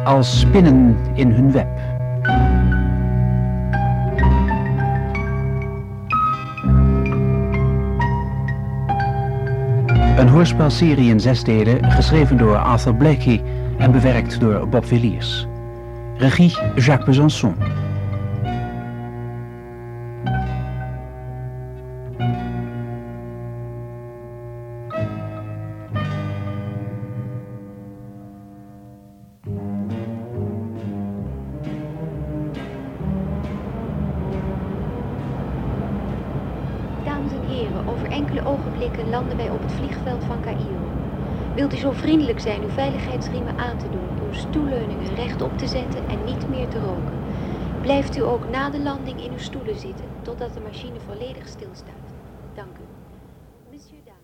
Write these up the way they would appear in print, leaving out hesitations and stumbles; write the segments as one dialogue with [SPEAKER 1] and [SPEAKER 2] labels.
[SPEAKER 1] als spinnen in hun web. Een hoorspelserie in 6 delen, geschreven door Arthur Blakey en bewerkt door Bob Williers. Regie Jacques Besançon.
[SPEAKER 2] Dames en heren, over enkele ogenblikken landen wij op het vliegveld van Caïro. Wilt u zo vriendelijk zijn uw veiligheidsriemen aan te doen, uw stoelleuningen rechtop te zetten en niet meer te roken. Blijft u ook na de landing in uw stoelen zitten, totdat de machine volledig stilstaat. Dank u. Monsieur Daan.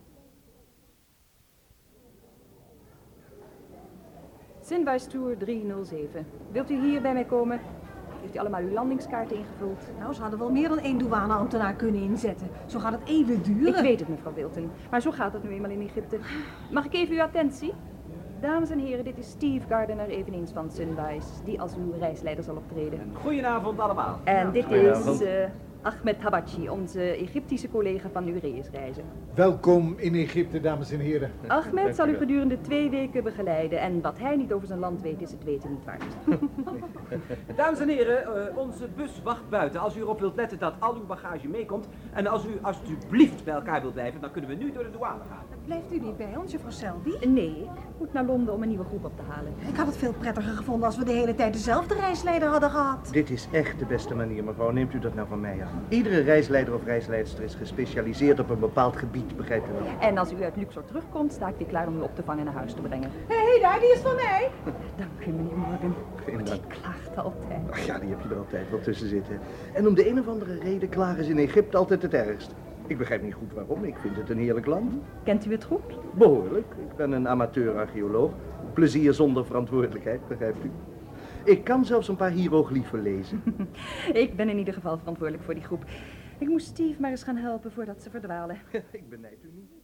[SPEAKER 3] Sinwise Tour 307. Wilt u hier bij mij komen? Heeft u allemaal uw landingskaart ingevuld?
[SPEAKER 4] Nou, ze hadden wel meer dan 1 douaneambtenaar kunnen inzetten. Zo gaat het even duren.
[SPEAKER 3] Ik weet het, mevrouw Wilton. Maar zo gaat het nu eenmaal in Egypte. Mag ik even uw attentie? Dames en heren, dit is Steve Gardiner, eveneens van Sunwise, die als uw reisleider zal optreden.
[SPEAKER 5] Goedenavond allemaal.
[SPEAKER 3] En dit is Ahmed Habachi, onze Egyptische collega van uw reisreizen.
[SPEAKER 6] Welkom in Egypte, dames en heren.
[SPEAKER 3] Ahmed zal u gedurende 2 weken begeleiden en wat hij niet over zijn land weet, is het weten niet waard.
[SPEAKER 5] Dames en heren, onze bus wacht buiten. Als u erop wilt letten dat al uw bagage meekomt en als u alsjeblieft bij elkaar wilt blijven, dan kunnen we nu door de douane gaan.
[SPEAKER 4] Blijft u niet bij ons, juffrouw Selby?
[SPEAKER 3] Nee, ik moet naar Londen om een nieuwe groep op te halen.
[SPEAKER 4] Ik had het veel prettiger gevonden als we de hele tijd dezelfde reisleider hadden gehad.
[SPEAKER 7] Dit is echt de beste manier, mevrouw. Neemt u dat nou van mij aan? Iedere reisleider of reisleidster is gespecialiseerd op een bepaald gebied, begrijpt u wel?
[SPEAKER 3] En als u uit Luxor terugkomt, sta ik weer klaar om u op te vangen en naar huis te brengen.
[SPEAKER 4] Hé, daar, die is van mij.
[SPEAKER 3] Dank u, meneer Morgan.
[SPEAKER 7] Geen dank.
[SPEAKER 3] Die klaagt altijd.
[SPEAKER 7] Ach ja, die heb je er altijd wel tussen zitten. En om de een of andere reden klagen ze in Egypte altijd het ergst. Ik begrijp niet goed waarom. Ik vind het een heerlijk land.
[SPEAKER 3] Kent u het goed?
[SPEAKER 7] Behoorlijk. Ik ben een amateur-archeoloog. Plezier zonder verantwoordelijkheid, begrijpt u? Ik kan zelfs een paar hieroglyphen lezen.
[SPEAKER 3] Ik ben in ieder geval verantwoordelijk voor die groep. Ik moest Steve maar eens gaan helpen voordat ze verdwalen.
[SPEAKER 7] Ik benijd u niet.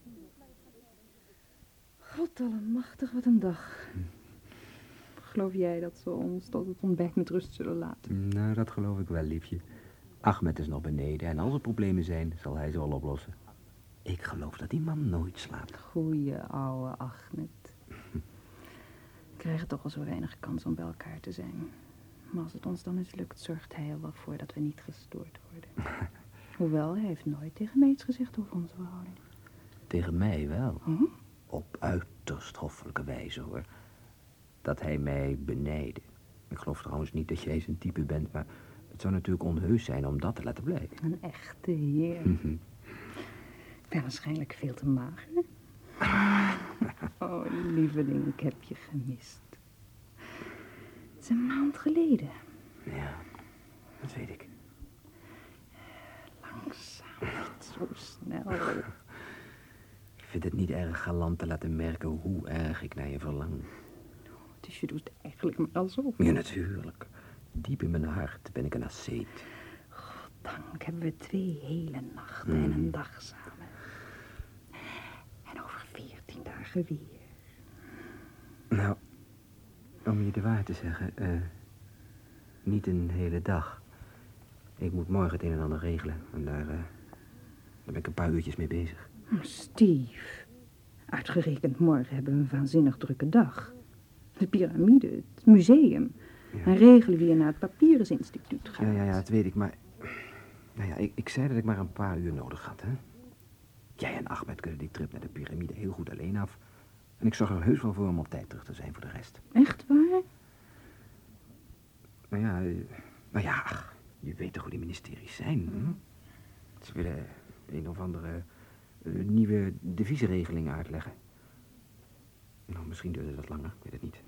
[SPEAKER 3] God allemachtig, wat een dag. Geloof jij dat ze ons tot het ontbijt met rust zullen laten?
[SPEAKER 1] Nou, dat geloof ik wel, liefje. Ahmed is nog beneden en als er problemen zijn, zal hij ze wel oplossen. Ik geloof dat die man nooit slaapt.
[SPEAKER 3] Goeie ouwe Ahmed. We krijgen toch al zo weinig kans om bij elkaar te zijn. Maar als het ons dan eens lukt, zorgt hij er wel voor dat we niet gestoord worden. Hoewel, hij heeft nooit tegen mij iets gezegd over onze verhouding.
[SPEAKER 1] Tegen mij wel. Op uiterst hoffelijke wijze, hoor. Dat hij mij benijde. Ik geloof trouwens niet dat jij zijn type bent, maar het zou natuurlijk onheus zijn om dat te laten blijken.
[SPEAKER 3] Een echte heer. Ik ben waarschijnlijk veel te mager. Oh, lieveling, ik heb je gemist. Het is een maand geleden.
[SPEAKER 1] Ja, dat weet ik.
[SPEAKER 3] Langzaam, niet zo snel.
[SPEAKER 1] Ik vind het niet erg galant te laten merken hoe erg ik naar je verlang.
[SPEAKER 3] Dus je doet eigenlijk maar alsof.
[SPEAKER 1] Ja, natuurlijk. Diep in mijn hart ben ik een asceet.
[SPEAKER 3] Goddank hebben we 2 hele nachten en een dag samen. En over 14 dagen weer.
[SPEAKER 1] Nou, om je de waarheid te zeggen, niet een hele dag. Ik moet morgen het een en ander regelen. En daar ben ik een paar uurtjes mee bezig.
[SPEAKER 3] Steve, uitgerekend morgen hebben we een waanzinnig drukke dag. De piramide, het museum. Ja. En regelen we hier naar het Papyrusinstituut gaat.
[SPEAKER 1] Ja, dat weet ik, maar... Nou ja, ik zei dat ik maar een paar uur nodig had, hè. Jij en Ahmed kunnen die trip naar de piramide heel goed alleen af. En ik zorg er heus wel voor om op tijd terug te zijn voor de rest.
[SPEAKER 3] Echt waar?
[SPEAKER 1] Nou ja, ach, je weet toch hoe die ministeries zijn, hè? Ze willen een of andere nieuwe deviezenregeling uitleggen. Nou, misschien duurt het wat langer, ik weet het niet.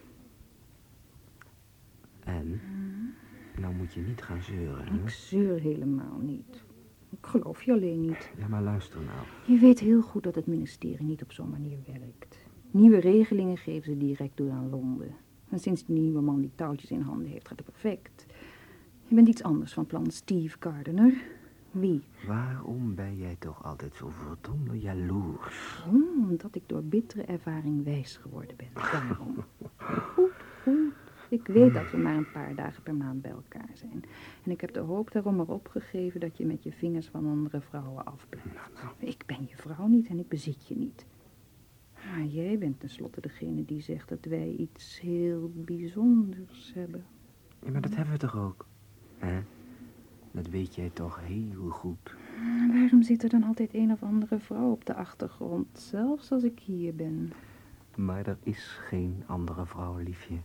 [SPEAKER 1] En, nou moet je niet gaan zeuren, hè?
[SPEAKER 3] Ik zeur helemaal niet. Ik geloof je alleen niet.
[SPEAKER 1] Ja, maar luister nou.
[SPEAKER 3] Je weet heel goed dat het ministerie niet op zo'n manier werkt. Nieuwe regelingen geven ze direct door aan Londen. En sinds die nieuwe man die touwtjes in handen heeft, gaat het perfect. Je bent iets anders van plan, Steve Gardiner. Wie?
[SPEAKER 1] Waarom ben jij toch altijd zo verdomd jaloers?
[SPEAKER 3] Omdat ik door bittere ervaring wijs geworden ben. Daarom. Goed. Ik weet dat we maar een paar dagen per maand bij elkaar zijn. En ik heb de hoop daarom maar opgegeven dat je met je vingers van andere vrouwen afblijft. Ik ben je vrouw niet en ik bezit je niet. Maar jij bent tenslotte degene die zegt dat wij iets heel bijzonders hebben.
[SPEAKER 1] Ja, maar dat hebben we toch ook? Hè? Dat weet jij toch heel goed.
[SPEAKER 3] Waarom zit er dan altijd een of andere vrouw op de achtergrond, zelfs als ik hier ben?
[SPEAKER 1] Maar er is geen andere vrouw, liefje.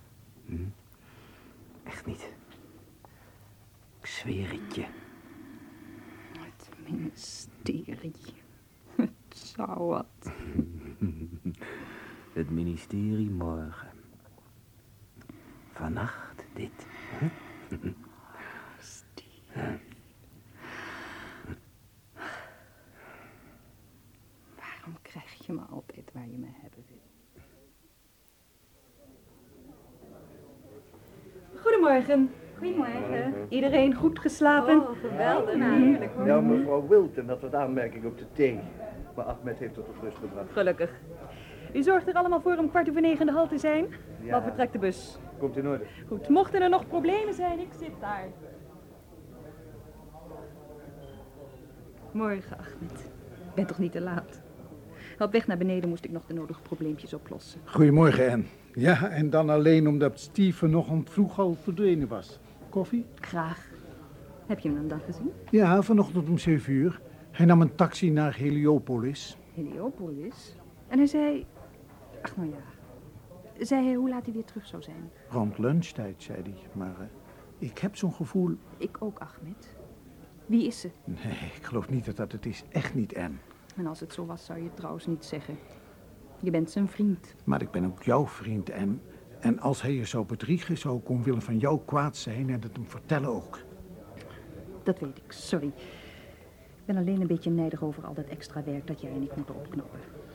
[SPEAKER 1] Echt niet. Ik zweer het je.
[SPEAKER 3] Het ministerie. Het zou wat.
[SPEAKER 1] Het ministerie morgen. Vannacht dit.
[SPEAKER 3] Waarom krijg je me altijd waar je me hebben wil? Goedemorgen.
[SPEAKER 8] Goedemorgen.
[SPEAKER 3] Iedereen goed geslapen?
[SPEAKER 8] Oh, geweldig. Natuurlijk.
[SPEAKER 7] Ja, mevrouw Wilton had wat aanmerking op de thee. Maar Ahmed heeft het tot rust gebracht.
[SPEAKER 3] Gelukkig. U zorgt er allemaal voor om 8:45 in de hal te zijn?
[SPEAKER 7] Ja.
[SPEAKER 3] Dan vertrekt de bus.
[SPEAKER 7] Komt in orde.
[SPEAKER 3] Goed, mochten er nog problemen zijn, ik zit daar. Morgen, Ahmed. Ik ben toch niet te laat? Op weg naar beneden moest ik nog de nodige probleempjes oplossen.
[SPEAKER 6] Goedemorgen, Anne. Ja, en dan alleen omdat Steve vanochtend vroeg al verdwenen was. Koffie?
[SPEAKER 3] Graag. Heb je hem dan gezien?
[SPEAKER 6] Ja, vanochtend om 7 uur. Hij nam een taxi naar Heliopolis.
[SPEAKER 3] Heliopolis? En hij zei... Ach, nou ja. Zei hij hoe laat hij weer terug zou zijn?
[SPEAKER 6] Rond lunchtijd, zei hij. Maar ik heb zo'n gevoel...
[SPEAKER 3] Ik ook, Ahmed. Wie is ze?
[SPEAKER 6] Nee, ik geloof niet dat dat het is. Echt niet, Anne.
[SPEAKER 3] En als het zo was, zou je het trouwens niet zeggen. Je bent zijn vriend.
[SPEAKER 6] Maar ik ben ook jouw vriend, Anne. En als hij je zou bedriegen, zou ik omwille van jou kwaad zijn en het hem vertellen ook.
[SPEAKER 3] Dat weet ik, sorry. Ik ben alleen een beetje nijdig over al dat extra werk dat jij en ik moeten opknappen.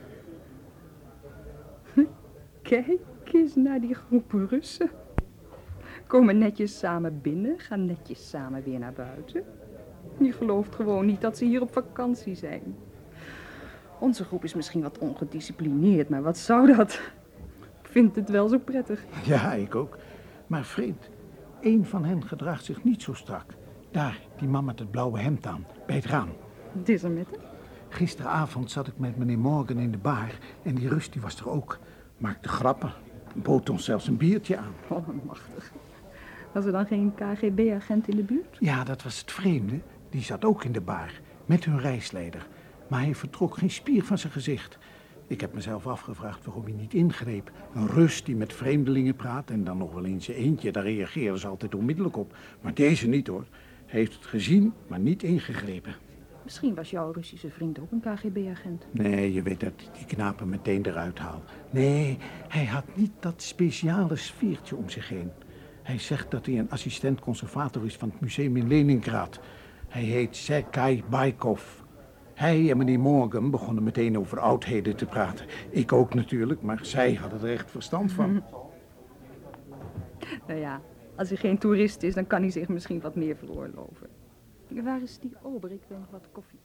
[SPEAKER 3] Kijk eens naar die groep Russen. Komen netjes samen binnen, gaan netjes samen weer naar buiten. Je gelooft gewoon niet dat ze hier op vakantie zijn. Onze groep is misschien wat ongedisciplineerd, maar wat zou dat? Ik vind het wel zo prettig.
[SPEAKER 6] Ja, ik ook. Maar vreemd, één van hen gedraagt zich niet zo strak. Daar, die man met het blauwe hemd aan, bij het raam.
[SPEAKER 3] Het is er met hem.
[SPEAKER 6] Gisteravond zat ik met meneer Morgan in de bar en die Rus die was er ook. Maakte grappen, bood ons zelfs een biertje aan.
[SPEAKER 3] Oh, machtig. Was er dan geen KGB-agent in de buurt?
[SPEAKER 6] Ja, dat was het vreemde. Die zat ook in de bar, met hun reisleider. Maar hij vertrok geen spier van zijn gezicht. Ik heb mezelf afgevraagd waarom hij niet ingreep. Een Rus die met vreemdelingen praat en dan nog wel in zijn eentje, daar reageren ze altijd onmiddellijk op. Maar deze niet hoor. Hij heeft het gezien, maar niet ingegrepen.
[SPEAKER 3] Misschien was jouw Russische vriend ook een KGB-agent.
[SPEAKER 6] Nee, je weet dat ik die knapen meteen eruit haal. Nee, hij had niet dat speciale sfeertje om zich heen. Hij zegt dat hij een assistent-conservator is van het museum in Leningrad. Hij heet Sergei Baikov. Hij en meneer Morgan begonnen meteen over oudheden te praten. Ik ook natuurlijk, maar zij hadden er echt verstand van.
[SPEAKER 3] Nou ja, als hij geen toerist is, dan kan hij zich misschien wat meer veroorloven. Waar is die ober? Ik wil nog wat koffie.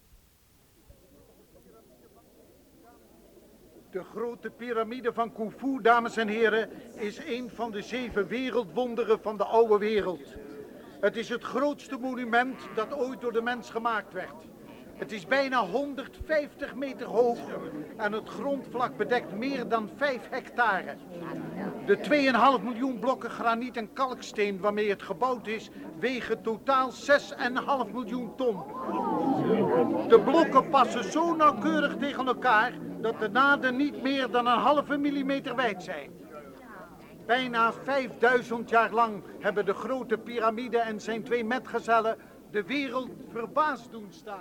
[SPEAKER 6] De grote piramide van Khufu, dames en heren, is een van de 7 wereldwonderen van de oude wereld. Het is het grootste monument dat ooit door de mens gemaakt werd. Het is bijna 150 meter hoog en het grondvlak bedekt meer dan 5 hectare. De 2,5 miljoen blokken graniet en kalksteen waarmee het gebouwd is, wegen totaal 6,5 miljoen ton. De blokken passen zo nauwkeurig tegen elkaar dat de naden niet meer dan een halve millimeter wijd zijn. Bijna 5000 jaar lang hebben de grote piramide en zijn 2 metgezellen de wereld verbaasd doen staan.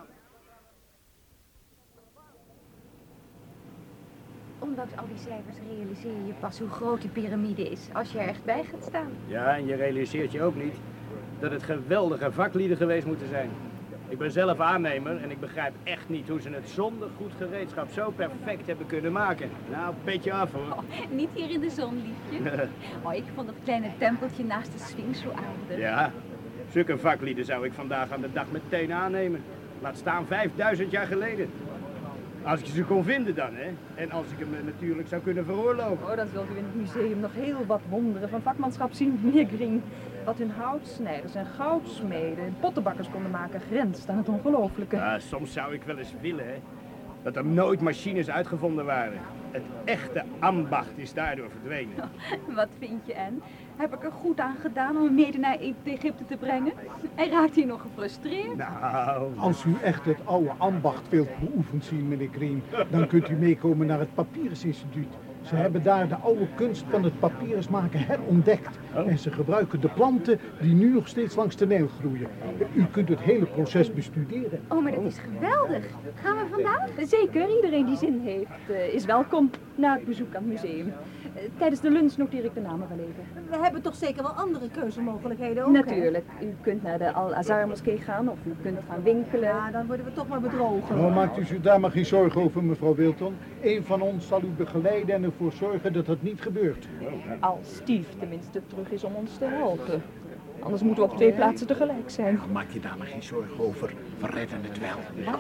[SPEAKER 2] Ondanks al die cijfers realiseer je pas hoe groot die piramide is als je er echt bij gaat staan.
[SPEAKER 9] Ja, en je realiseert je ook niet dat het geweldige vaklieden geweest moeten zijn. Ik ben zelf aannemer en ik begrijp echt niet hoe ze het zonder goed gereedschap zo perfect hebben kunnen maken. Nou, petje af hoor.
[SPEAKER 8] Oh, niet hier in de zon, liefje. Oh, ik vond dat kleine tempeltje naast de Sphinx zo aardig.
[SPEAKER 9] Ja, zulke vaklieden zou ik vandaag aan de dag meteen aannemen. Laat staan 5000 jaar geleden. Als ik ze kon vinden dan, hè. En als ik hem natuurlijk zou kunnen veroorloven.
[SPEAKER 3] Oh, dan zult u in het museum nog heel wat wonderen van vakmanschap zien, meneer Green. Wat hun houtsnijders en goudsmeden en pottenbakkers konden maken, grenst aan het ongelooflijke.
[SPEAKER 9] Ja, soms zou ik wel eens willen, hè. Dat er nooit machines uitgevonden waren. Het echte ambacht is daardoor verdwenen.
[SPEAKER 8] Wat vind je, Anne? Heb ik er goed aan gedaan om hem mede naar Egypte te brengen? En raakt hij nog gefrustreerd?
[SPEAKER 9] Nou...
[SPEAKER 6] Als u echt het oude ambacht wilt beoefend zien, meneer Green, dan kunt u meekomen naar het Papyrusinstituut. Ze hebben daar de oude kunst van het papyrusmaken herontdekt. En ze gebruiken de planten die nu nog steeds langs de Nijl groeien. U kunt het hele proces bestuderen.
[SPEAKER 8] Oh, maar dat is geweldig. Gaan we vandaag?
[SPEAKER 3] Zeker, iedereen die zin heeft is welkom na het bezoek aan het museum. Tijdens de lunch noteer ik de namen wel even.
[SPEAKER 4] We hebben toch zeker wel andere keuzemogelijkheden ook, hè?
[SPEAKER 3] Natuurlijk, u kunt naar de Al-Azhar-moskee gaan of u kunt gaan winkelen.
[SPEAKER 4] Ja, dan worden we toch maar bedrogen.
[SPEAKER 6] Nou, maakt u zich daar maar geen zorgen over, mevrouw Wilton. Eén van ons zal u begeleiden en ervoor zorgen dat dat niet gebeurt.
[SPEAKER 3] Als Steve tenminste terug is om ons te helpen. Anders moeten we op 2 plaatsen tegelijk zijn.
[SPEAKER 6] Maak je daar maar geen zorgen over. We redden het wel.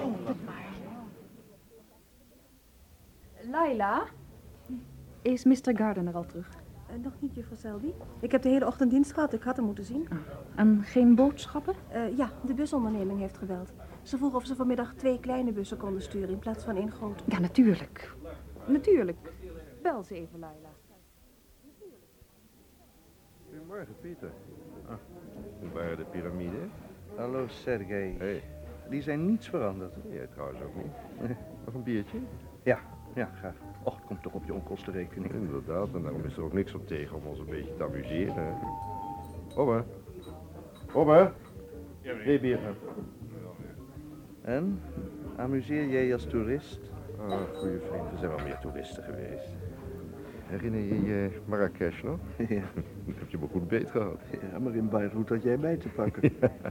[SPEAKER 3] Laila, is Mr. Gardner al terug?
[SPEAKER 4] Nog niet, juffrouw Selby. Ik heb de hele ochtend dienst gehad. Ik had hem moeten zien.
[SPEAKER 3] En geen boodschappen?
[SPEAKER 4] Ja, de busonderneming heeft gebeld. Ze vroeg of ze vanmiddag 2 kleine bussen konden sturen in plaats van 1 grote.
[SPEAKER 3] Ja, natuurlijk. Natuurlijk. Bel ze even, Laila.
[SPEAKER 10] Goedemorgen, Pieter. Hoe waren de piramiden?
[SPEAKER 7] Hallo, Sergej.
[SPEAKER 10] Hey.
[SPEAKER 7] Die zijn niets veranderd.
[SPEAKER 10] Jij trouwens ook niet. Nog een biertje?
[SPEAKER 7] Ja, graag. Och, het komt toch op je onkostenrekening.
[SPEAKER 10] Inderdaad, en daarom is er ook niks op tegen om ons een beetje te amuseren. Robbe. 2 bieren.
[SPEAKER 7] En? Amuseer jij als toerist?
[SPEAKER 10] Oh, goede vriend, er zijn wel meer toeristen geweest. Herinner je je Marrakesh nog?
[SPEAKER 7] Ja.
[SPEAKER 10] Dat heb je me goed beet gehad.
[SPEAKER 7] Ja, maar in Beirut had jij bij te pakken.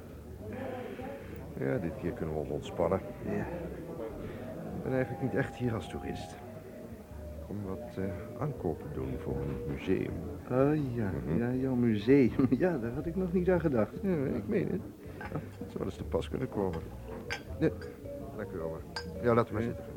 [SPEAKER 10] Ja, dit keer kunnen we ons ontspannen.
[SPEAKER 7] Ja.
[SPEAKER 10] Ik ben eigenlijk niet echt hier als toerist. Ik kom wat aankopen doen voor mijn museum.
[SPEAKER 7] Oh ja, ja, jouw museum. Ja, daar had ik nog niet aan gedacht.
[SPEAKER 10] Ja, ik meen het. Het zou wel eens te pas kunnen komen. Nee, dank u wel. Ja, laten we maar zitten.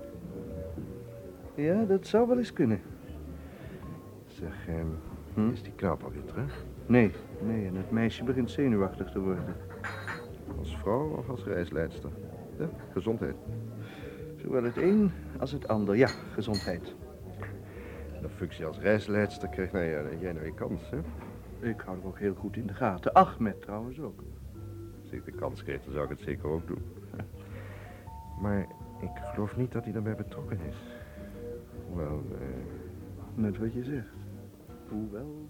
[SPEAKER 7] Ja, dat zou wel eens kunnen.
[SPEAKER 10] Zeg, is die knaap alweer terug?
[SPEAKER 7] Nee, en het meisje begint zenuwachtig te worden.
[SPEAKER 10] Als vrouw of als reisleidster? Ja, gezondheid.
[SPEAKER 7] Zowel het een als het ander. Ja, gezondheid.
[SPEAKER 10] De functie als reisleidster krijgt jij nou je kans, hè?
[SPEAKER 7] Ik hou er ook heel goed in de gaten. Ahmed trouwens ook.
[SPEAKER 10] Als ik de kans kreeg, dan zou ik het zeker ook doen. Maar ik geloof niet dat hij daarbij betrokken is. Hoewel,
[SPEAKER 7] net wat je zegt. Hoewel...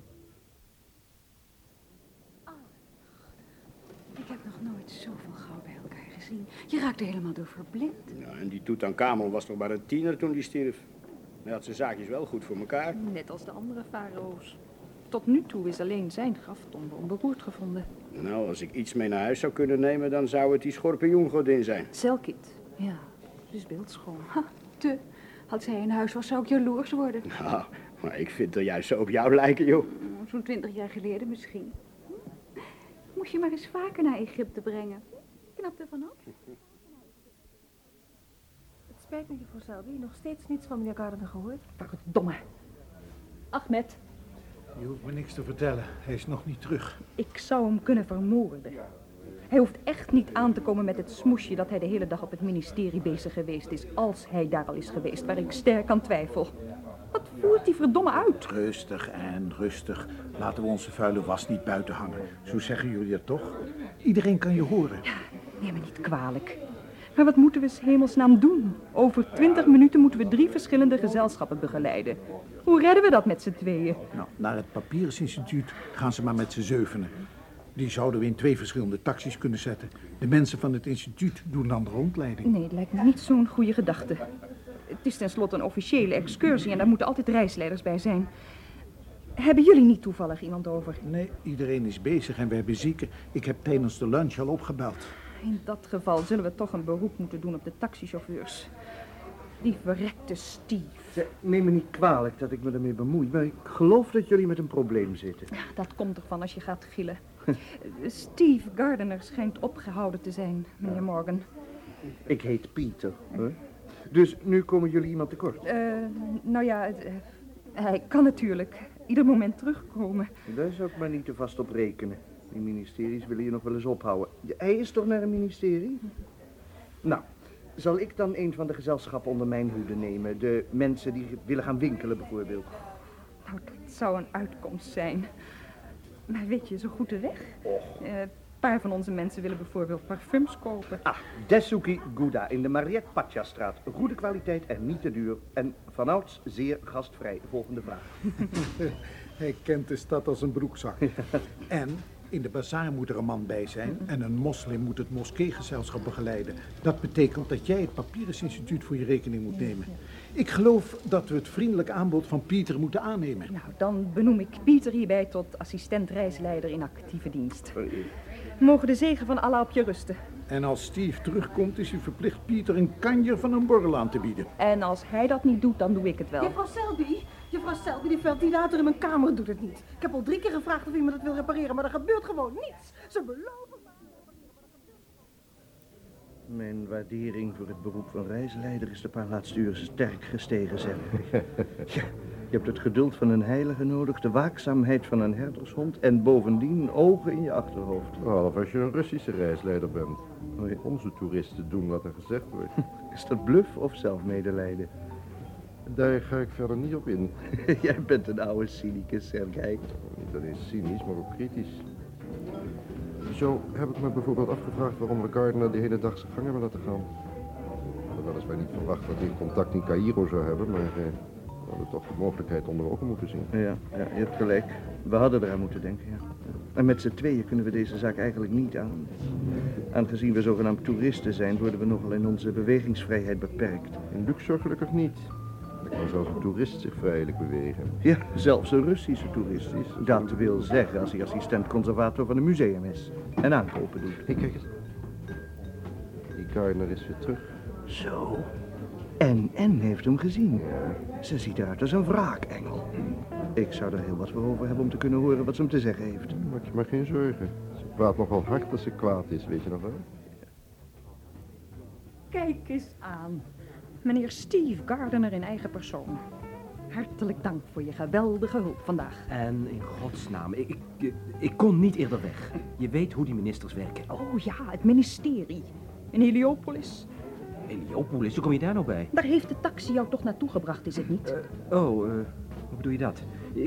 [SPEAKER 8] Ik heb nog nooit zoveel goud bij elkaar gezien. Je raakt er helemaal door verblind.
[SPEAKER 9] Ja, en die Tutankhamon was toch maar een tiener toen die stierf. Hij had zijn zaakjes wel goed voor elkaar.
[SPEAKER 3] Net als de andere farao's. Tot nu toe is alleen zijn graftombe onberoerd gevonden.
[SPEAKER 9] Nou, als ik iets mee naar huis zou kunnen nemen, dan zou het die schorpioengodin zijn.
[SPEAKER 3] Selkit, ja. Dus beeldschoon.
[SPEAKER 8] Ha, Als hij in huis was, zou ik jaloers worden.
[SPEAKER 9] Nou, maar ik vind er juist zo op jou lijken, joh.
[SPEAKER 8] Zo'n 20 jaar geleden misschien. Moest je maar eens vaker naar Egypte brengen. Knap ervan op.
[SPEAKER 4] Het spijt me, juffrouw Selby. Nog steeds niets van meneer Gardner gehoord.
[SPEAKER 3] Verdomme. Ahmed,
[SPEAKER 6] Je hoeft me niks te vertellen. Hij is nog niet terug.
[SPEAKER 3] ik zou hem kunnen vermoorden. Hij hoeft echt niet aan te komen met het smoesje dat hij de hele dag op het ministerie bezig geweest is. Als hij daar al is geweest, waar ik sterk aan twijfel. Wat voert die verdomme uit?
[SPEAKER 11] Rustig en rustig. Laten we onze vuile was niet buiten hangen. Zo zeggen jullie het toch? Iedereen kan je horen.
[SPEAKER 3] Ja, neem me niet kwalijk. Maar wat moeten we 's hemelsnaam doen? Over 20 minuten moeten we 3 verschillende gezelschappen begeleiden. Hoe redden we dat met z'n tweeën?
[SPEAKER 11] Nou, naar het Papyrusinstituut gaan ze maar met z'n 7. Die zouden we in 2 verschillende taxis kunnen zetten. De mensen van het instituut doen dan de rondleiding.
[SPEAKER 3] Nee, het lijkt me niet zo'n goede gedachte. Het is tenslotte een officiële excursie en daar moeten altijd reisleiders bij zijn. Hebben jullie niet toevallig iemand over?
[SPEAKER 11] Nee, iedereen is bezig en we hebben zieken. Ik heb tijdens de lunch al opgebeld.
[SPEAKER 3] In dat geval zullen we toch een beroep moeten doen op de taxichauffeurs. Die verrekte Steve.
[SPEAKER 7] Neem me niet kwalijk dat ik me ermee bemoei, maar ik geloof dat jullie met een probleem zitten.
[SPEAKER 3] Ja, dat komt ervan als je gaat gillen. Steve Gardner schijnt opgehouden te zijn, meneer Morgan.
[SPEAKER 7] Ik heet Pieter. Hè? Dus nu komen jullie iemand tekort?
[SPEAKER 3] Nou ja, hij kan natuurlijk ieder moment terugkomen.
[SPEAKER 7] Daar zou ik maar niet te vast op rekenen. Die ministeries willen je nog wel eens ophouden. Hij is toch naar een ministerie? Nou, zal ik dan een van de gezelschappen onder mijn hoede nemen? De mensen die willen gaan winkelen bijvoorbeeld.
[SPEAKER 3] Nou, dat zou een uitkomst zijn. Maar weet je zo goed de weg? Een paar van onze mensen willen bijvoorbeeld parfums kopen.
[SPEAKER 7] Desuki Gouda in de Mariette Pacha-straat. Goede kwaliteit en niet te duur. En vanouds zeer gastvrij. Volgende vraag.
[SPEAKER 11] Hij kent de stad als een broekzak. En in de bazaar moet er een man bij zijn en een moslim moet het moskeegezelschap begeleiden. Dat betekent dat jij het Papyrusinstituut voor je rekening moet nemen. Ik geloof dat we het vriendelijk aanbod van Pieter moeten aannemen.
[SPEAKER 3] Nou, dan benoem ik Pieter hierbij tot assistent-reisleider in actieve dienst. Mogen de zegen van Allah op je rusten.
[SPEAKER 11] En als Steve terugkomt is hij verplicht Pieter een kanjer van een borrel aan te bieden.
[SPEAKER 3] En als hij dat niet doet, dan doe ik het wel.
[SPEAKER 4] Juffrouw Selby, die ventilator in mijn kamer doet het niet. Ik heb al 3 keer gevraagd of iemand het wil repareren, maar er gebeurt gewoon niets. Ze beloven maar.
[SPEAKER 7] Mijn waardering voor het beroep van reisleider is de paar laatste uren sterk gestegen, zeg ik. Ja, je hebt het geduld van een heilige nodig, de waakzaamheid van een herdershond en bovendien ogen in je achterhoofd.
[SPEAKER 10] Behalve als je een Russische reisleider bent. Onze toeristen doen wat er gezegd wordt.
[SPEAKER 7] Is dat bluff of zelfmedelijden?
[SPEAKER 10] Daar ga ik verder niet op in.
[SPEAKER 7] Jij bent een oude cynicus, Sergei.
[SPEAKER 10] Niet alleen cynisch, maar ook kritisch. Zo heb ik me bijvoorbeeld afgevraagd waarom we Gardner de hele dag zijn gang hebben laten gaan. We hadden weliswaar niet verwacht dat hij contact in Caïro zou hebben, maar we hadden toch de mogelijkheid onder ogen moeten zien.
[SPEAKER 7] Ja, je hebt gelijk. We hadden eraan moeten denken, ja. En met z'n tweeën kunnen we deze zaak eigenlijk niet aan. Aangezien we zogenaamd toeristen zijn, worden we nogal in onze bewegingsvrijheid beperkt.
[SPEAKER 10] In Luxor gelukkig niet. Dan kan zelfs een toerist zich vrijelijk bewegen.
[SPEAKER 7] Ja, zelfs een Russische toerist. Dat wil zeggen als hij assistent-conservator van een museum is. En aankopen doet.
[SPEAKER 10] Hey, kijk eens. Die Gardner is weer terug.
[SPEAKER 7] Zo. En heeft hem gezien. Ze ziet eruit als een wraakengel. Ik zou er heel wat voor over hebben om te kunnen horen wat ze hem te zeggen heeft.
[SPEAKER 10] Maak je maar geen zorgen. Ze praat nogal hard als ze kwaad is, weet je nog wel?
[SPEAKER 3] Kijk eens aan. Meneer Steve Gardner in eigen persoon. Hartelijk dank voor je geweldige hulp vandaag.
[SPEAKER 5] En in godsnaam, ik kon niet eerder weg. Je weet hoe die ministers werken.
[SPEAKER 3] Oh ja, het ministerie. In Heliopolis.
[SPEAKER 5] Heliopolis, hoe kom je daar nou bij?
[SPEAKER 3] Daar heeft de taxi jou toch naartoe gebracht, is het niet?
[SPEAKER 5] Hoe bedoel je dat?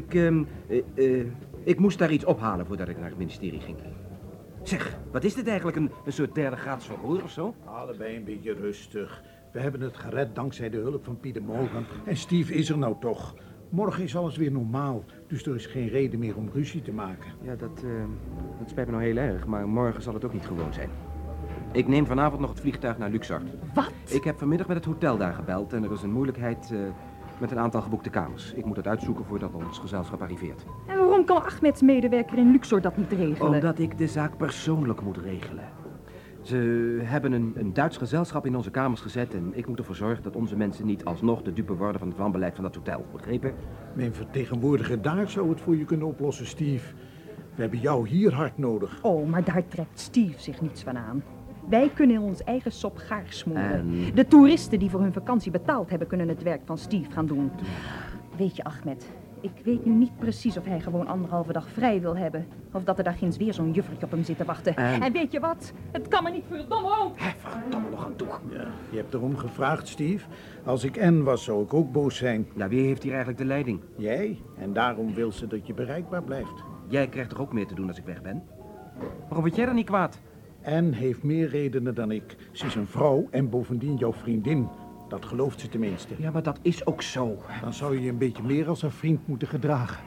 [SPEAKER 5] Ik moest daar iets ophalen voordat ik naar het ministerie ging. Zeg, wat is dit eigenlijk? Een soort derde graads verhoor of zo?
[SPEAKER 11] Allebei een beetje rustig. We hebben het gered dankzij de hulp van Pieter Morgan. En Steve is er nou toch. Morgen is alles weer normaal, dus er is geen reden meer om ruzie te maken.
[SPEAKER 5] Ja, dat spijt me nou heel erg, maar morgen zal het ook niet gewoon zijn. Ik neem vanavond nog het vliegtuig naar Luxor.
[SPEAKER 3] Wat?
[SPEAKER 5] Ik heb vanmiddag met het hotel daar gebeld en er is een moeilijkheid met een aantal geboekte kamers. Ik moet het uitzoeken voordat ons gezelschap arriveert.
[SPEAKER 3] En waarom kan Ahmeds medewerker in Luxor dat niet regelen?
[SPEAKER 5] Omdat ik de zaak persoonlijk moet regelen. Ze hebben een Duits gezelschap in onze kamers gezet en ik moet ervoor zorgen dat onze mensen niet alsnog de dupe worden van het wanbeleid van dat hotel. Begrepen?
[SPEAKER 11] Mijn vertegenwoordiger daar zou het voor je kunnen oplossen, Steve. We hebben jou hier hard nodig.
[SPEAKER 3] Oh, maar daar trekt Steve zich niets van aan. Wij kunnen in ons eigen sop gaar smoren.
[SPEAKER 5] En...
[SPEAKER 3] De toeristen die voor hun vakantie betaald hebben, kunnen het werk van Steve gaan doen. Weet je, Ahmed, ik weet nu niet precies of hij gewoon 1,5 dag vrij wil hebben. Of dat er daar ginds weer zo'n juffertje op hem zit te wachten. En weet je wat? Het kan me niet verdomme ook.
[SPEAKER 5] Verdomme nog aan toe.
[SPEAKER 11] Ja, je hebt erom gevraagd, Steve. Als ik N was, zou ik ook boos zijn.
[SPEAKER 5] Ja, wie heeft hier eigenlijk de leiding?
[SPEAKER 11] Jij. En daarom wil ze dat je bereikbaar blijft.
[SPEAKER 5] Jij krijgt toch ook meer te doen als ik weg ben? Waarom word jij dan niet kwaad?
[SPEAKER 11] En heeft meer redenen dan ik. Ze is een vrouw en bovendien jouw vriendin. Dat gelooft ze tenminste.
[SPEAKER 5] Ja, maar dat is ook zo.
[SPEAKER 11] Dan zou je je een beetje meer als een vriend moeten gedragen.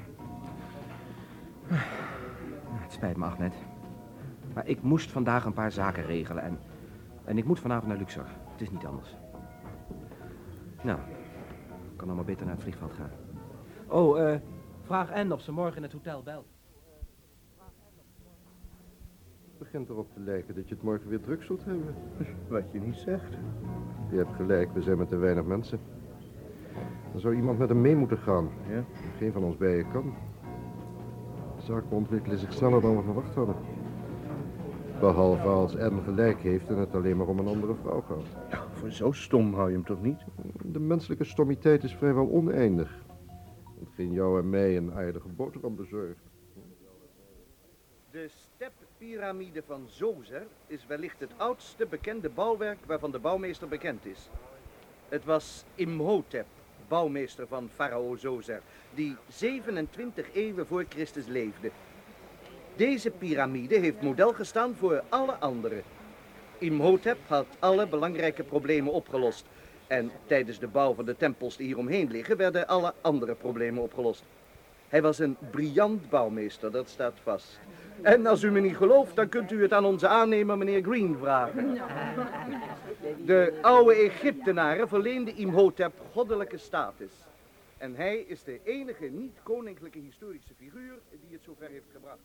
[SPEAKER 5] Het spijt me, Ahmed. Maar ik moest vandaag een paar zaken regelen en ik moet vanavond naar Luxor. Het is niet anders. Nou, ik kan dan maar beter naar het vliegveld gaan. Oh, vraag Anne of ze morgen in het hotel belt.
[SPEAKER 10] Het begint erop te lijken dat je het morgen weer druk zult hebben.
[SPEAKER 7] Wat je niet zegt.
[SPEAKER 10] Je hebt gelijk, we zijn met te weinig mensen. Dan zou iemand met hem mee moeten gaan.
[SPEAKER 7] Ja?
[SPEAKER 10] Geen van ons bijen kan. De zaken ontwikkelen zich sneller dan we verwacht hadden. Behalve als Anne gelijk heeft en het alleen maar om een andere vrouw gaat.
[SPEAKER 7] Nou, voor zo stom hou je hem toch niet?
[SPEAKER 10] De menselijke stommiteit is vrijwel oneindig. Hetgeen jou en mij een aardige boterham bezorgt.
[SPEAKER 7] De steppyramide van Zoser is wellicht het oudste bekende bouwwerk waarvan de bouwmeester bekend is. Het was Imhotep, bouwmeester van farao Zoser, die 27 eeuwen voor Christus leefde. Deze piramide heeft model gestaan voor alle andere. Imhotep had alle belangrijke problemen opgelost. En tijdens de bouw van de tempels die hieromheen liggen, werden alle andere problemen opgelost. Hij was een briljant bouwmeester, dat staat vast. En als u me niet gelooft, dan kunt u het aan onze aannemer, meneer Green, vragen. De oude Egyptenaren verleenden Imhotep goddelijke status. En hij is de enige niet-koninklijke historische figuur die het zover heeft gebracht.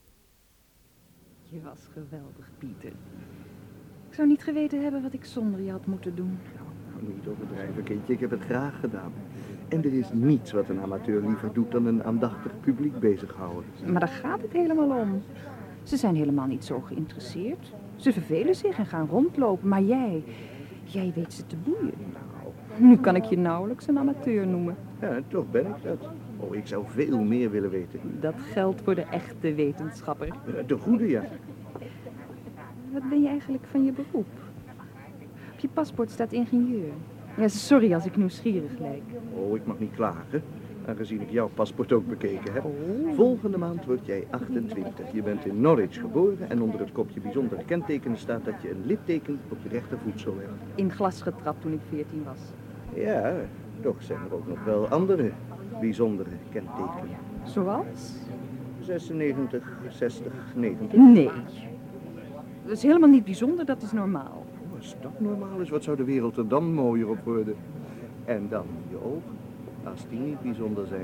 [SPEAKER 3] Je was geweldig, Pieter. Ik zou niet geweten hebben wat ik zonder je had moeten doen.
[SPEAKER 7] Nou, niet overdrijven, kindje. Ik heb het graag gedaan. En er is niets wat een amateur liever doet dan een aandachtig publiek bezighouden.
[SPEAKER 3] Maar daar gaat het helemaal om. Ze zijn helemaal niet zo geïnteresseerd. Ze vervelen zich en gaan rondlopen. Maar jij weet ze te boeien. Nu kan ik je nauwelijks een amateur noemen.
[SPEAKER 7] Ja, toch ben ik dat. Oh, ik zou veel meer willen weten.
[SPEAKER 3] Dat geldt voor de echte wetenschapper.
[SPEAKER 7] De goede, ja.
[SPEAKER 3] Wat ben je eigenlijk van je beroep? Op je paspoort staat ingenieur. Ja, sorry als ik nieuwsgierig lijk.
[SPEAKER 7] Oh, ik mag niet klagen, aangezien ik jouw paspoort ook bekeken heb. Volgende maand word jij 28. Je bent in Norwich geboren en onder het kopje bijzondere kentekenen staat dat je een litteken op je rechtervoetsel hebt.
[SPEAKER 3] In glas getrapt toen ik 14 was.
[SPEAKER 7] Ja, toch zijn er ook nog wel andere bijzondere kentekenen.
[SPEAKER 3] Zoals?
[SPEAKER 7] 96, 60, 90.
[SPEAKER 3] Nee. Dat is helemaal niet bijzonder, dat is normaal.
[SPEAKER 7] Als dat normaal is, wat zou de wereld er dan mooier op worden? En dan je ogen, als die niet bijzonder zijn.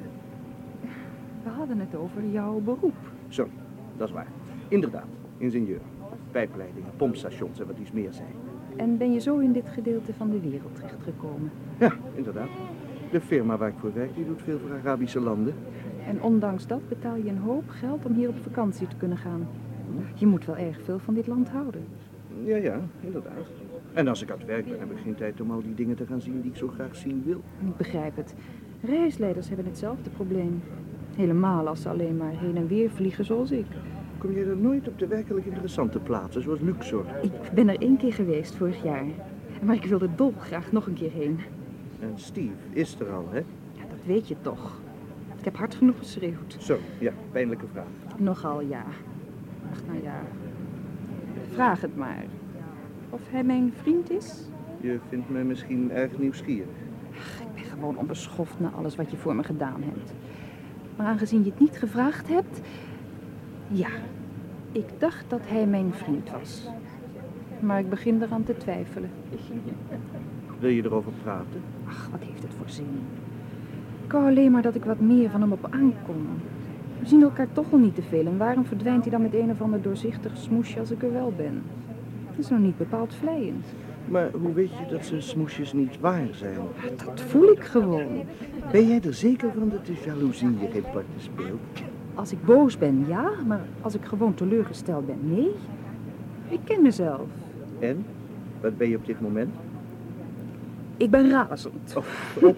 [SPEAKER 3] We hadden het over jouw beroep.
[SPEAKER 7] Sorry, dat is waar. Inderdaad, ingenieur. Pijpleidingen, pompstations en wat iets meer zijn.
[SPEAKER 3] En ben je zo in dit gedeelte van de wereld terechtgekomen?
[SPEAKER 7] Ja, inderdaad. De firma waar ik voor werk, die doet veel voor Arabische landen.
[SPEAKER 3] En ondanks dat betaal je een hoop geld om hier op vakantie te kunnen gaan. Je moet wel erg veel van dit land houden.
[SPEAKER 7] Ja, inderdaad. En als ik aan het werk ben, heb ik geen tijd om al die dingen te gaan zien die ik zo graag zien wil.
[SPEAKER 3] Ik begrijp het. Reisleiders hebben hetzelfde probleem. Helemaal als ze alleen maar heen en weer vliegen zoals ik.
[SPEAKER 7] Kom je er nooit op de werkelijk interessante plaatsen, zoals Luxor?
[SPEAKER 3] Ik ben er 1 keer geweest vorig jaar. Maar ik wilde dolgraag nog een keer heen.
[SPEAKER 7] En Steve is er al, hè?
[SPEAKER 3] Ja, dat weet je toch. Ik heb hard genoeg geschreeuwd.
[SPEAKER 7] Zo, ja, pijnlijke vraag.
[SPEAKER 3] Nogal, ja. Ach, nou ja. Vraag het maar. Of hij mijn vriend is?
[SPEAKER 7] Je vindt me misschien erg nieuwsgierig.
[SPEAKER 3] Ach, ik ben gewoon onbeschoft na alles wat je voor me gedaan hebt. Maar aangezien je het niet gevraagd hebt... Ja, ik dacht dat hij mijn vriend was. Maar ik begin eraan te twijfelen.
[SPEAKER 7] Wil je erover praten?
[SPEAKER 3] Ach, wat heeft het voor zin? Ik wou alleen maar dat ik wat meer van hem op aankom. We zien elkaar toch al niet te veel. En waarom verdwijnt hij dan met een of ander doorzichtig smoesje als ik er wel ben? Het is nog niet bepaald vleiend.
[SPEAKER 7] Maar hoe weet je dat zijn smoesjes niet waar zijn?
[SPEAKER 3] Dat voel ik gewoon.
[SPEAKER 7] Ben jij er zeker van dat de jaloezie je geen partner speelt?
[SPEAKER 3] Als ik boos ben, ja. Maar als ik gewoon teleurgesteld ben, nee. Ik ken mezelf.
[SPEAKER 7] En? Wat ben je op dit moment?
[SPEAKER 3] Ik ben razend.
[SPEAKER 7] Oh.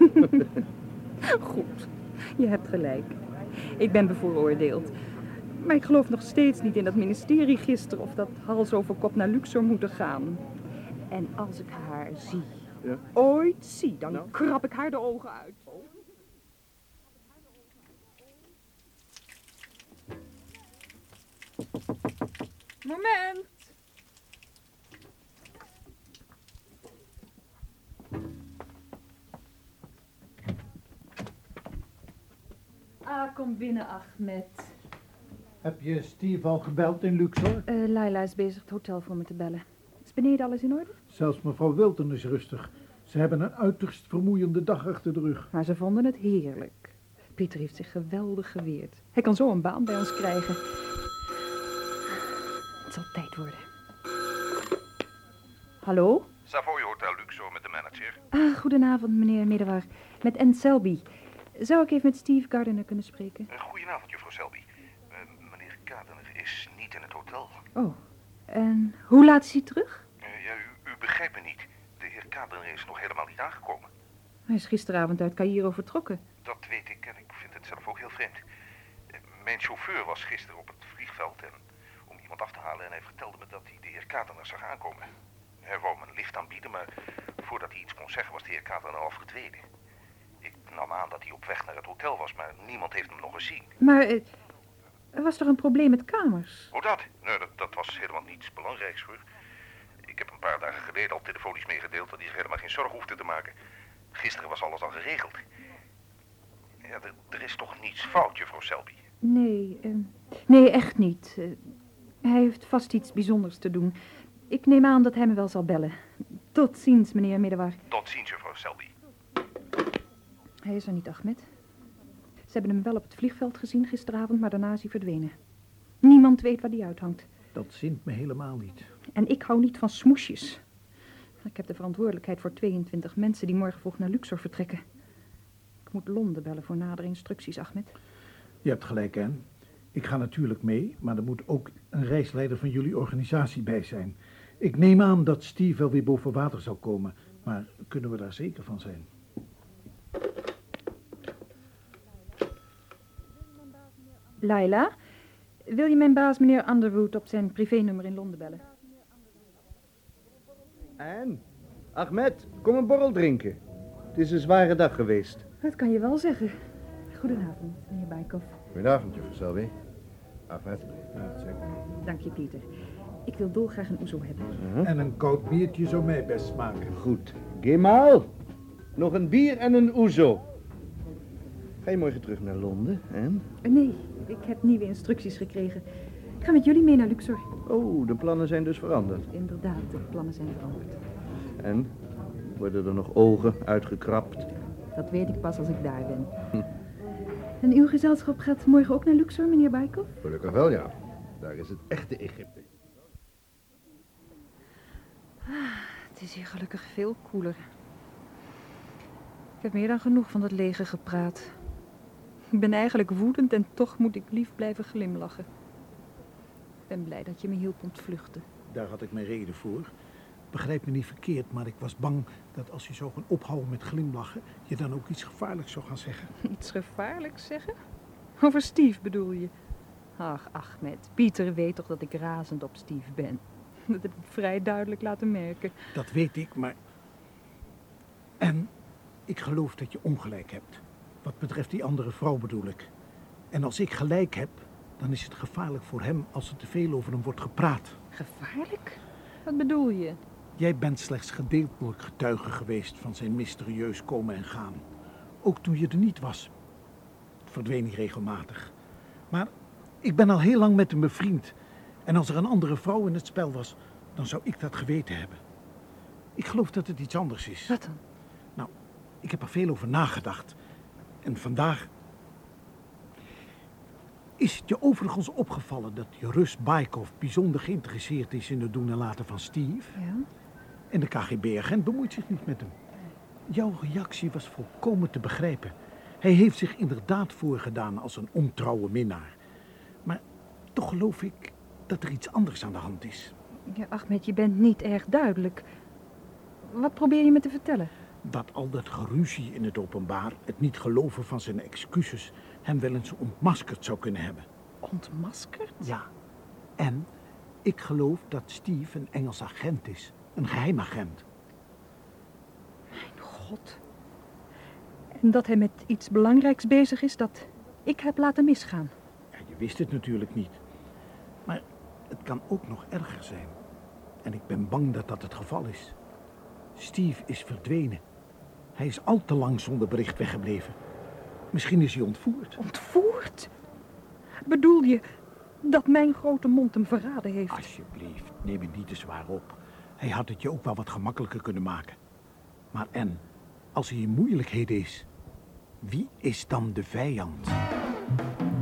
[SPEAKER 3] Goed, je hebt gelijk. Ik ben bevooroordeeld. Maar ik geloof nog steeds niet in dat ministerie gisteren of dat hals over kop naar Luxor moeten gaan. En als ik haar zie,
[SPEAKER 7] ja?
[SPEAKER 3] Ooit zie, dan krab ik haar de ogen uit. Moment! Kom binnen, Ahmed.
[SPEAKER 11] Heb je Steve al gebeld in Luxor?
[SPEAKER 3] Laila is bezig het hotel voor me te bellen. Is beneden alles in orde?
[SPEAKER 11] Zelfs mevrouw Wilton is rustig. Ze hebben een uiterst vermoeiende dag achter de rug.
[SPEAKER 3] Maar ze vonden het heerlijk. Pieter heeft zich geweldig geweerd. Hij kan zo een baan bij ons krijgen. Het zal tijd worden. Hallo?
[SPEAKER 12] Savoy Hotel Luxor met de manager.
[SPEAKER 3] Goedenavond, meneer Medewar. Met Anne Selby. Zou ik even met Steve Gardiner kunnen spreken?
[SPEAKER 12] Goedenavond, juffrouw Selby. Meneer Gardiner is niet in het hotel.
[SPEAKER 3] Oh, En hoe laat is hij terug?
[SPEAKER 12] Ja, u begrijpt me niet. De heer Kader is nog helemaal niet aangekomen.
[SPEAKER 3] Hij is gisteravond uit Caïro vertrokken.
[SPEAKER 12] Dat weet ik en ik vind het zelf ook heel vreemd. Mijn chauffeur was gisteren op het vliegveld om iemand af te halen en hij vertelde me dat hij de heer Kader zag aankomen. Hij wou me een lift aanbieden, maar voordat hij iets kon zeggen was de heer Kader al verdwenen. Ik nam aan dat hij op weg naar het hotel was, maar niemand heeft hem nog gezien.
[SPEAKER 3] Maar er was toch een probleem met kamers?
[SPEAKER 12] Hoe dat? Nee, dat was helemaal niets belangrijks hoor. Ik heb een paar dagen geleden al telefonisch meegedeeld dat hij zich helemaal geen zorgen hoefde te maken. Gisteren was alles al geregeld. Ja, er is toch niets fout, juffrouw Selby?
[SPEAKER 3] Nee, echt niet. Hij heeft vast iets bijzonders te doen. Ik neem aan dat hij me wel zal bellen. Tot ziens, meneer Middewar.
[SPEAKER 12] Tot ziens, juffrouw Selby.
[SPEAKER 3] Hij is er niet, Ahmed. Ze hebben hem wel op het vliegveld gezien gisteravond, maar daarna is hij verdwenen. Niemand weet waar hij uithangt.
[SPEAKER 11] Dat zint me helemaal niet.
[SPEAKER 3] En ik hou niet van smoesjes. Ik heb de verantwoordelijkheid voor 22 mensen die morgen vroeg naar Luxor vertrekken. Ik moet Londen bellen voor nadere instructies, Ahmed.
[SPEAKER 11] Je hebt gelijk, Anne. Ik ga natuurlijk mee, maar er moet ook een reisleider van jullie organisatie bij zijn. Ik neem aan dat Steve wel weer boven water zal komen, maar kunnen we daar zeker van zijn?
[SPEAKER 3] Laila, wil je mijn baas, meneer Underwood, op zijn privénummer in Londen bellen?
[SPEAKER 7] En? Ahmed, kom een borrel drinken. Het is een zware dag geweest.
[SPEAKER 3] Dat kan je wel zeggen. Goedenavond, meneer Baikov.
[SPEAKER 10] Goedenavond, juffrouw Selby. Ahmed.
[SPEAKER 11] Ja, zeker.
[SPEAKER 3] Dank je, Pieter. Ik wil dolgraag een oezo hebben.
[SPEAKER 11] En een koud biertje zou mij best smaken.
[SPEAKER 7] Goed. Gemaal. Nog een bier en een ouzo. Ga je morgen terug naar Londen, en?
[SPEAKER 3] Nee, ik heb nieuwe instructies gekregen. Ik ga met jullie mee naar Luxor.
[SPEAKER 7] Oh, de plannen zijn dus veranderd.
[SPEAKER 3] Inderdaad, de plannen zijn veranderd.
[SPEAKER 7] En? Worden er nog ogen uitgekrapt?
[SPEAKER 3] Dat weet ik pas als ik daar ben. En uw gezelschap gaat morgen ook naar Luxor, meneer Baikov?
[SPEAKER 10] Gelukkig wel, ja. Daar is het echte Egypte.
[SPEAKER 3] Het is hier gelukkig veel koeler. Ik heb meer dan genoeg van dat lege gepraat. Ik ben eigenlijk woedend en toch moet ik lief blijven glimlachen. Ik ben blij dat je me hielp ontvluchten.
[SPEAKER 11] Daar had ik mijn reden voor. Begrijp me niet verkeerd, maar ik was bang dat als je zo gaan ophouden met glimlachen, je dan ook iets gevaarlijks zou gaan zeggen.
[SPEAKER 3] Iets gevaarlijks zeggen? Over Steve bedoel je? Ach, Ahmed, Pieter weet toch dat ik razend op Steve ben. Dat heb ik vrij duidelijk laten merken.
[SPEAKER 11] Dat weet ik, maar... En ik geloof dat je ongelijk hebt. Wat betreft die andere vrouw bedoel ik. En als ik gelijk heb, dan is het gevaarlijk voor hem als er te veel over hem wordt gepraat.
[SPEAKER 3] Gevaarlijk? Wat bedoel je?
[SPEAKER 11] Jij bent slechts gedeeltelijk getuige geweest van zijn mysterieus komen en gaan. Ook toen je er niet was. Verdween hij regelmatig. Maar ik ben al heel lang met hem bevriend. En als er een andere vrouw in het spel was, dan zou ik dat geweten hebben. Ik geloof dat het iets anders is.
[SPEAKER 3] Wat dan?
[SPEAKER 11] Nou, ik heb er veel over nagedacht. En vandaag... Is het je overigens opgevallen dat Rus Baikov bijzonder geïnteresseerd is in het doen en laten van Steve?
[SPEAKER 3] Ja.
[SPEAKER 11] En de KGB-agent bemoeit zich niet met hem. Jouw reactie was volkomen te begrijpen. Hij heeft zich inderdaad voorgedaan als een ontrouwe minnaar. Maar toch geloof ik dat er iets anders aan de hand is.
[SPEAKER 3] Ja, Ahmed, je bent niet erg duidelijk. Wat probeer je me te vertellen?
[SPEAKER 11] Dat al dat geruzie in het openbaar, het niet geloven van zijn excuses, hem wel eens ontmaskerd zou kunnen hebben.
[SPEAKER 3] Ontmaskerd?
[SPEAKER 11] Ja. En ik geloof dat Steve een Engels agent is. Een geheim agent.
[SPEAKER 3] Mijn god. En dat hij met iets belangrijks bezig is dat ik heb laten misgaan.
[SPEAKER 11] Ja, je wist het natuurlijk niet. Maar het kan ook nog erger zijn. En ik ben bang dat dat het geval is. Steve is verdwenen. Hij is al te lang zonder bericht weggebleven. Misschien is hij ontvoerd.
[SPEAKER 3] Ontvoerd? Bedoel je dat mijn grote mond hem verraden heeft?
[SPEAKER 11] Alsjeblieft, neem het niet te zwaar op. Hij had het je ook wel wat gemakkelijker kunnen maken. Maar en, als hij in moeilijkheden is, wie is dan de vijand?